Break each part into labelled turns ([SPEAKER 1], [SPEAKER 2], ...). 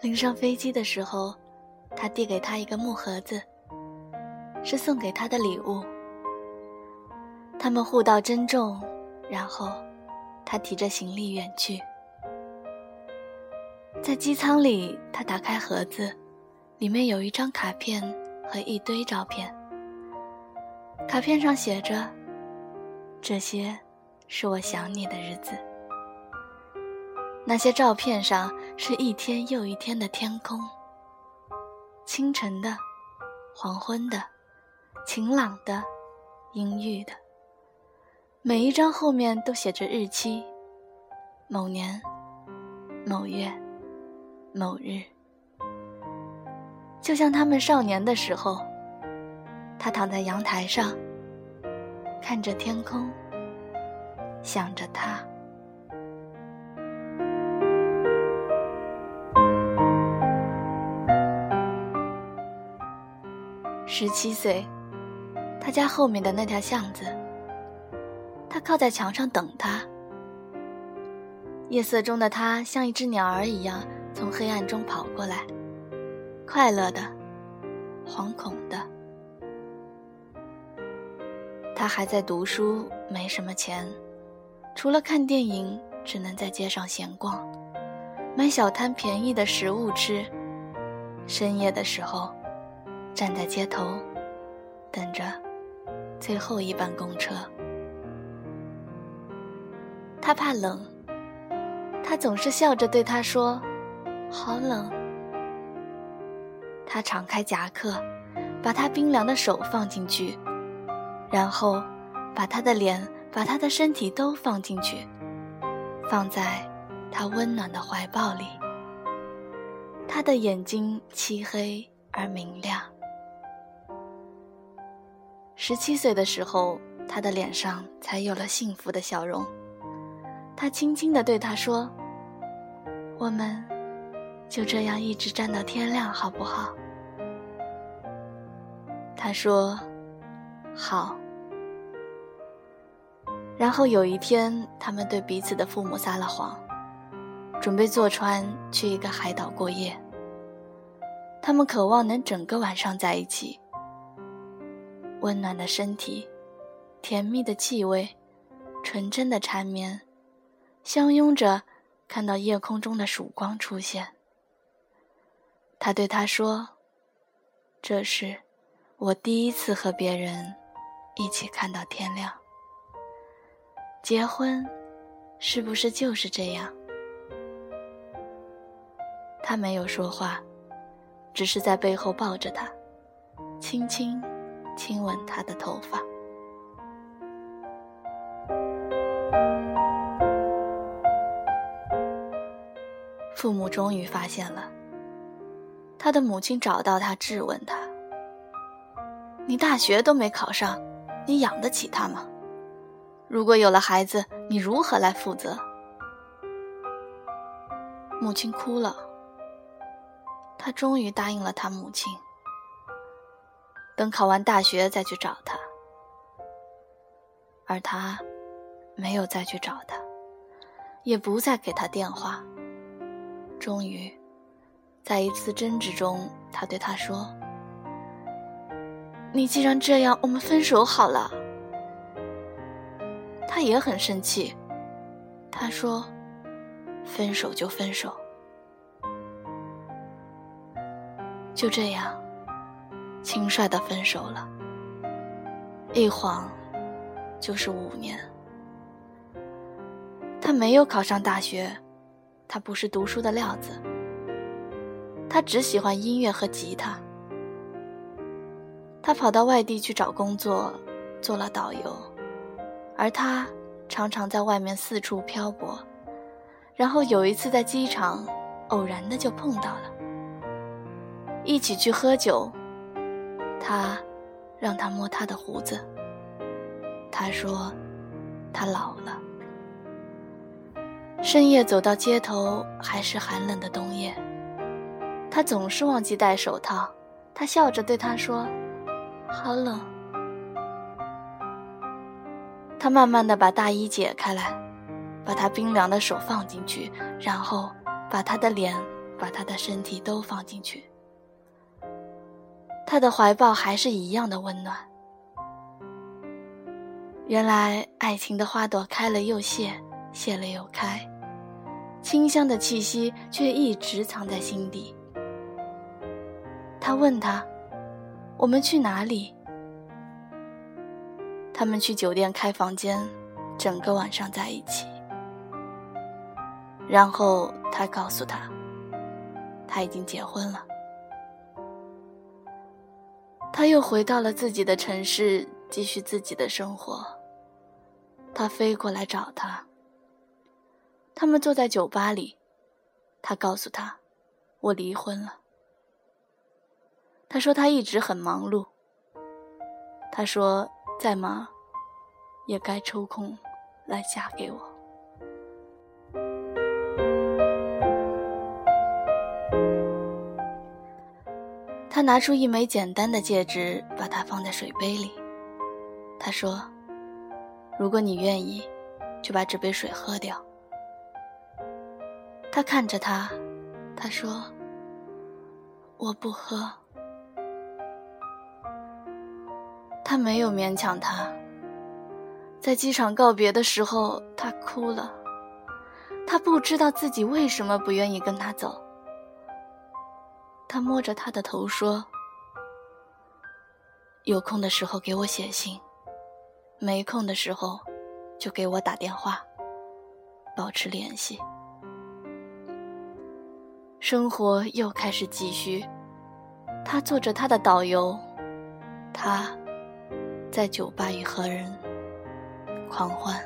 [SPEAKER 1] 临上飞机的时候，他递给他一个木盒子，是送给他的礼物。他们互道珍重，然后他提着行李远去。在机舱里，他打开盒子，里面有一张卡片和一堆照片。卡片上写着：这些是我想你的日子。那些照片上是一天又一天的天空，清晨的，黄昏的，晴朗的，阴郁的。每一张后面都写着日期，某年，某月，某日。就像他们少年的时候，他躺在阳台上，看着天空，想着他。17岁，他家后面的那条巷子，他靠在墙上等他。夜色中的他像一只鸟儿一样从黑暗中跑过来，快乐的，惶恐的。他还在读书，没什么钱，除了看电影，只能在街上闲逛，买小摊便宜的食物吃。深夜的时候，站在街头，等着最后一班公车。他怕冷，他总是笑着对他说：好冷。他敞开夹克，把他冰凉的手放进去，然后把他的脸，把他的身体都放进去，放在他温暖的怀抱里。他的眼睛漆黑而明亮。17岁的时候，他的脸上才有了幸福的笑容。他轻轻地对他说：我们就这样一直站到天亮好不好？他说好。然后有一天，他们对彼此的父母撒了谎，准备坐船去一个海岛过夜。他们渴望能整个晚上在一起，温暖的身体，甜蜜的气味，纯真的缠绵，相拥着看到夜空中的曙光出现。他对他说：这是我第一次和别人一起看到天亮。结婚是不是就是这样？他没有说话，只是在背后抱着他，轻轻亲吻他的头发。父母终于发现了，他的母亲找到他，质问他：你大学都没考上，你养得起他吗？如果有了孩子，你如何来负责？母亲哭了，他终于答应了他母亲，等考完大学再去找他。而他没有再去找他，也不再给他电话。终于在一次争执中，他对他说：你既然这样，我们分手好了。他也很生气，他说：分手就分手。就这样轻率地分手了，一晃就是5年。他没有考上大学，他不是读书的料子，他只喜欢音乐和吉他。他跑到外地去找工作，做了导游，而他常常在外面四处漂泊。然后有一次在机场偶然的就碰到了，一起去喝酒。他让他摸他的胡子，他说他老了。深夜走到街头，还是寒冷的冬夜，他总是忘记戴手套。他笑着对他说：好冷。他慢慢地把大衣解开来，把他冰凉的手放进去，然后把他的脸把他的身体都放进去。他的怀抱还是一样的温暖。原来爱情的花朵开了又谢，谢了又开，清香的气息却一直藏在心底。他问他，我们去哪里？他们去酒店开房间，整个晚上在一起。然后他告诉他，他已经结婚了。他又回到了自己的城市，继续自己的生活。他飞过来找他，他们坐在酒吧里，他告诉他，我离婚了。他说他一直很忙碌，他说再忙也该抽空来嫁给我。他拿出一枚简单的戒指，把它放在水杯里。他说，如果你愿意，就把这杯水喝掉。他看着他，他说，我不喝。他没有勉强他。在机场告别的时候，他哭了。他不知道自己为什么不愿意跟他走。他摸着他的头说，有空的时候给我写信，没空的时候就给我打电话，保持联系。生活又开始继续，他做着他的导游，他在酒吧与何人狂欢。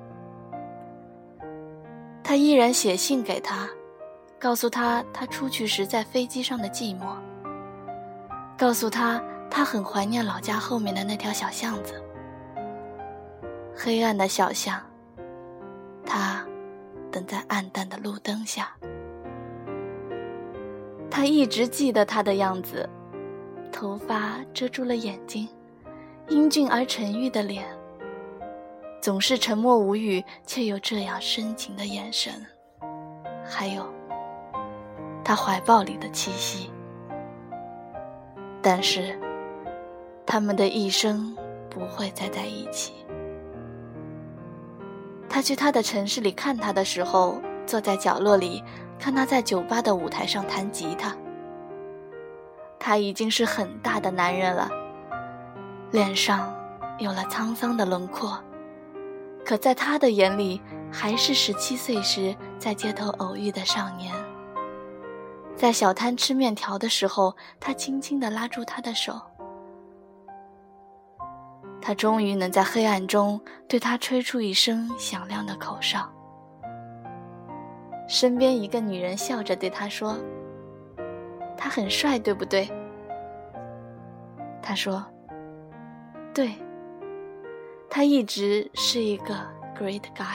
[SPEAKER 1] 他依然写信给他，告诉他他出去时在飞机上的寂寞，告诉他他很怀念老家后面的那条小巷子，黑暗的小巷，他等在暗淡的路灯下。他一直记得他的样子，头发遮住了眼睛，英俊而沉郁的脸，总是沉默无语却又这样深情的眼神，还有他怀抱里的气息。但是他们的一生不会再在一起。他去他的城市里看他的时候，坐在角落里看他在酒吧的舞台上弹吉他。他已经是很大的男人了，脸上有了沧桑的轮廓，可在他的眼里还是17岁时在街头偶遇的少年。在小摊吃面条的时候，他轻轻地拉住他的手。他终于能在黑暗中对他吹出一声响亮的口哨。身边一个女人笑着对他说，他很帅对不对？他说，对，他一直是一个 great guy。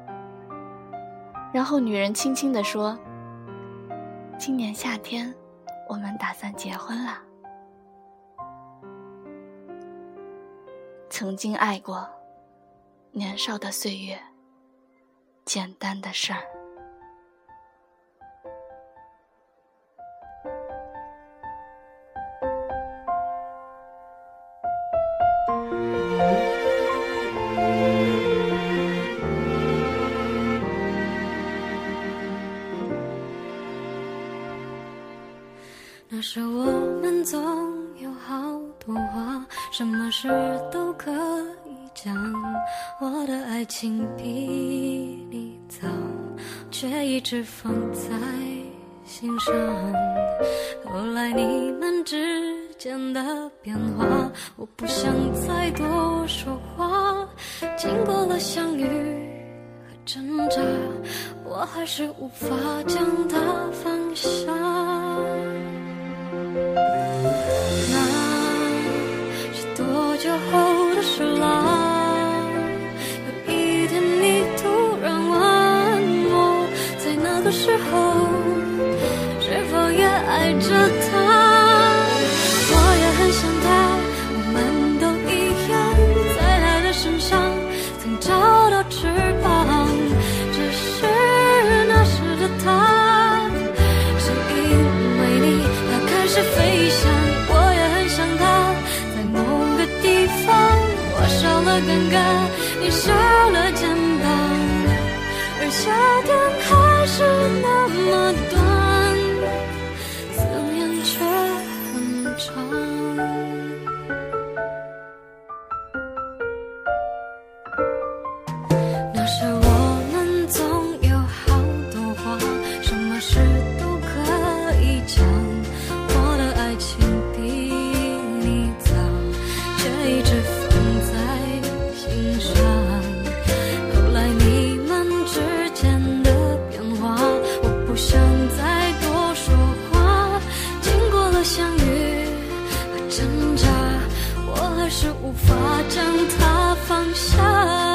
[SPEAKER 1] 然后女人轻轻地说，今年夏天我们打算结婚了。曾经爱过，年少的岁月，简单的事儿。
[SPEAKER 2] 那时我们总有好多话，什么事都可以讲。我的爱情比你早，却一直放在心上。后来你们之间的变化，我不想再多说话。经过了相遇和挣扎，我还是无法将它放下。多久后的事啦？有一天你突然问我，在那个时候是否也爱着他？我也很想他，我们都一样，在他的身上曾找到翅膀。只是那时的他是了尴尬，你少了肩膀，而夏天还是那么短，思念却很长。那时我们总有好多话，什么事都可以讲，我的爱情比你早，却一直放在心上。后来你们之间的变化，我不想再多说话，经过了相遇和挣扎，我还是无法将它放下。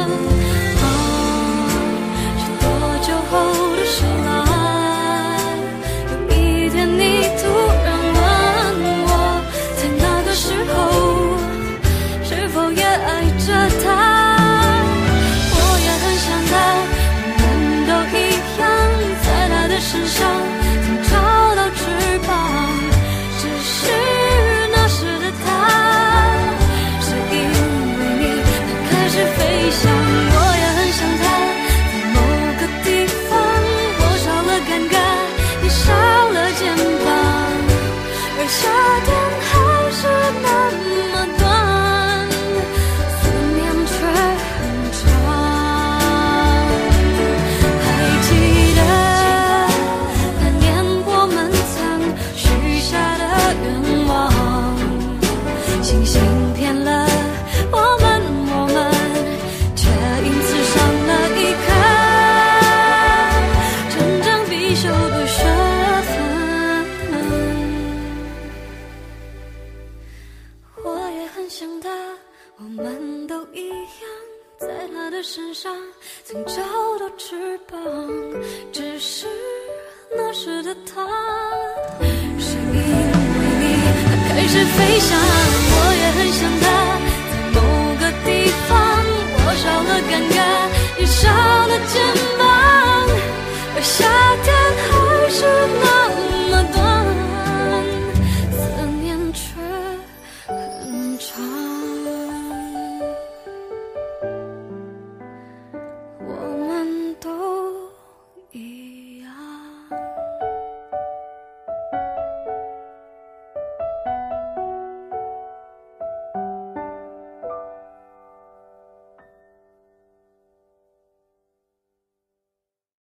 [SPEAKER 2] 身上曾找到翅膀，只是那时的他，是因为你，他开始飞翔。